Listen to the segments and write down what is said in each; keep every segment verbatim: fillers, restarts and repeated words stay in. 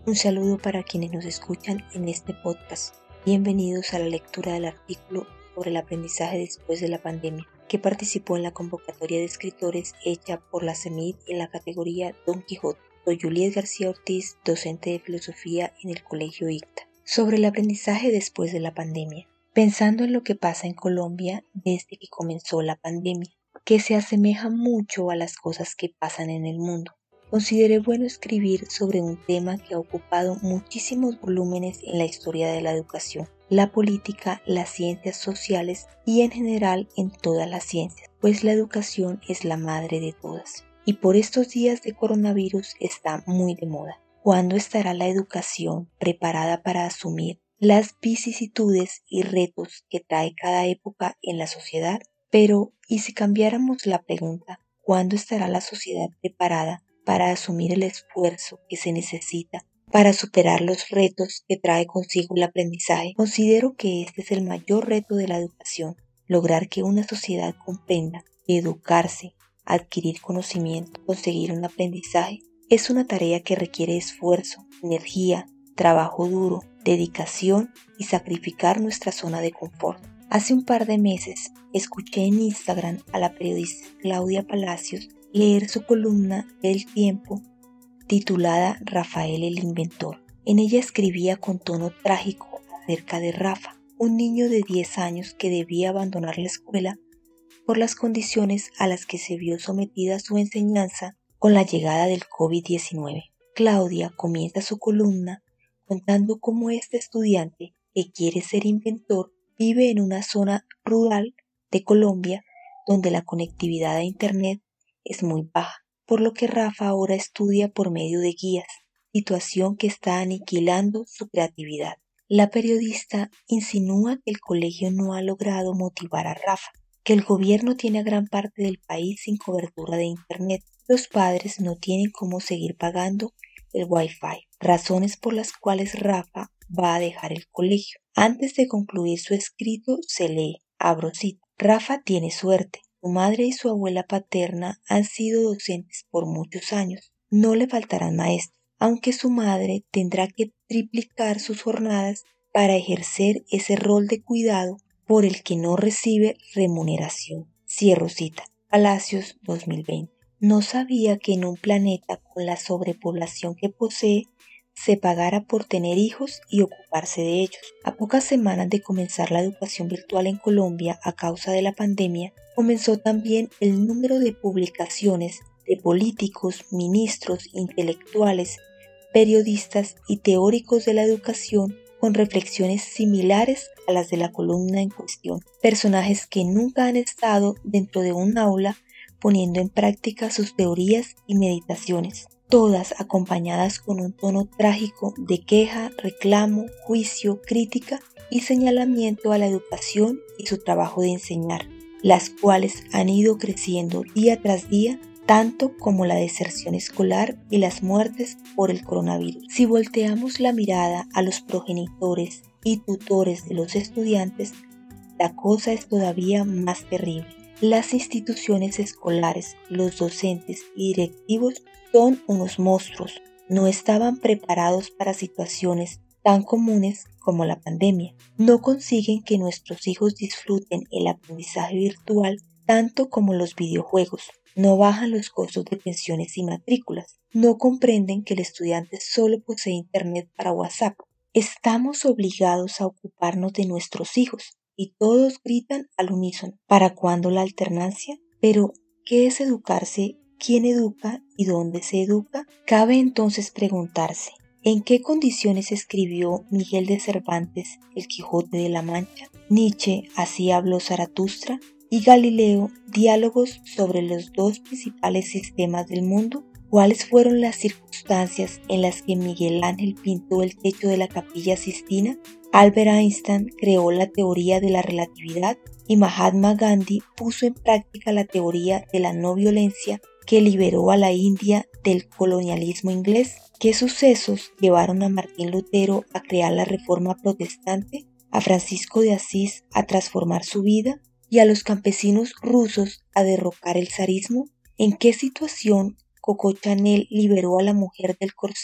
Un saludo para quienes nos escuchan en este podcast. Bienvenidos a la lectura del artículo sobre el aprendizaje después de la pandemia, que participó en la convocatoria de escritores hecha por la CEMID en la categoría Don Quijote. Soy Juliet García Ortiz, docente de filosofía en el Colegio ICTA. Sobre el aprendizaje después de la pandemia. Pensando en lo que pasa en Colombia desde que comenzó la pandemia, que se asemeja mucho a las cosas que pasan en el mundo. Consideré bueno escribir sobre un tema que ha ocupado muchísimos volúmenes en la historia de la educación, la política, las ciencias sociales y en general en todas las ciencias, pues la educación es la madre de todas. Y por estos días de coronavirus está muy de moda. ¿Cuándo estará la educación preparada para asumir las vicisitudes y retos que trae cada época en la sociedad? Pero, ¿y si cambiáramos la pregunta? ¿Cuándo estará la sociedad preparada para asumir el esfuerzo que se necesita para superar los retos que trae consigo el aprendizaje? Considero que este es el mayor reto de la educación, lograr que una sociedad comprenda que educarse, adquirir conocimiento, conseguir un aprendizaje, es una tarea que requiere esfuerzo, energía, trabajo duro, dedicación y sacrificar nuestra zona de confort. Hace un par de meses escuché en Instagram a la periodista Claudia Palacios leer su columna del Tiempo titulada Rafael el Inventor. En ella escribía con tono trágico acerca de Rafa, un niño de diez años que debía abandonar la escuela por las condiciones a las que se vio sometida su enseñanza con la llegada del covid diecinueve. Claudia comienza su columna contando cómo este estudiante que quiere ser inventor vive en una zona rural de Colombia donde la conectividad a internet es muy baja, por lo que Rafa ahora estudia por medio de guías, situación que está aniquilando su creatividad. La periodista insinúa que el colegio no ha logrado motivar a Rafa, que el gobierno tiene a gran parte del país sin cobertura de internet. Los padres no tienen cómo seguir pagando el Wi-Fi, razones por las cuales Rafa va a dejar el colegio. Antes de concluir su escrito se lee, abro cita, Rafa tiene suerte. Su madre y su abuela paterna han sido docentes por muchos años. No le faltarán maestros, aunque su madre tendrá que triplicar sus jornadas para ejercer ese rol de cuidado por el que no recibe remuneración. Cierro cita. Palacios dos mil veinte. No sabía que en un planeta con la sobrepoblación que posee se pagara por tener hijos y ocuparse de ellos. A pocas semanas de comenzar la educación virtual en Colombia a causa de la pandemia, comenzó también el número de publicaciones de políticos, ministros, intelectuales, periodistas y teóricos de la educación con reflexiones similares a las de la columna en cuestión. Personajes que nunca han estado dentro de un aula poniendo en práctica sus teorías y meditaciones, todas acompañadas con un tono trágico de queja, reclamo, juicio, crítica y señalamiento a la educación y su trabajo de enseñar, las cuales han ido creciendo día tras día, tanto como la deserción escolar y las muertes por el coronavirus. Si volteamos la mirada a los progenitores y tutores de los estudiantes, la cosa es todavía más terrible. Las instituciones escolares, los docentes y directivos son unos monstruos. No estaban preparados para situaciones tan comunes como la pandemia. No consiguen que nuestros hijos disfruten el aprendizaje virtual tanto como los videojuegos. No bajan los costos de pensiones y matrículas. No comprenden que el estudiante solo posee internet para WhatsApp. Estamos obligados a ocuparnos de nuestros hijos. Y todos gritan al unísono. ¿Para cuándo la alternancia? Pero, ¿qué es educarse? ¿Quién educa? ¿Y dónde se educa? Cabe entonces preguntarse, ¿en qué condiciones escribió Miguel de Cervantes El Quijote de la Mancha? Nietzsche, Así habló Zaratustra, y Galileo, diálogos sobre los dos principales sistemas del mundo. ¿Cuáles fueron las circunstancias en las que Miguel Ángel pintó el techo de la Capilla Sixtina? Albert Einstein creó la teoría de la relatividad y Mahatma Gandhi puso en práctica la teoría de la no violencia que liberó a la India del colonialismo inglés. ¿Qué sucesos llevaron a Martín Lutero a crear la Reforma Protestante, a Francisco de Asís a transformar su vida y a los campesinos rusos a derrocar el zarismo? ¿En qué situación Coco Chanel liberó a la mujer del corsé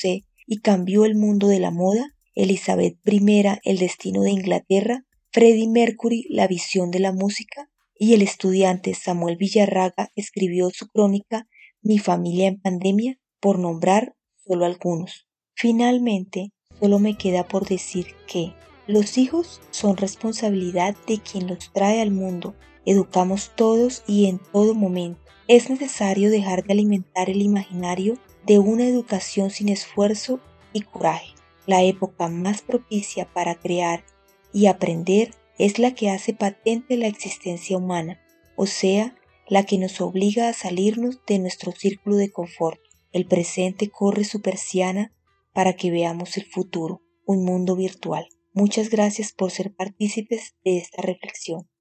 y cambió el mundo de la moda, Elizabeth primera el destino de Inglaterra, Freddie Mercury la visión de la música y el estudiante Samuel Villarraga escribió su crónica Mi familia en pandemia, por nombrar solo algunos. Finalmente, solo me queda por decir que los hijos son responsabilidad de quien los trae al mundo. Educamos todos y en todo momento. Es necesario dejar de alimentar el imaginario de una educación sin esfuerzo y coraje. La época más propicia para crear y aprender es la que hace patente la existencia humana, o sea, la que nos obliga a salirnos de nuestro círculo de confort. El presente corre su persiana para que veamos el futuro, un mundo virtual. Muchas gracias por ser partícipes de esta reflexión.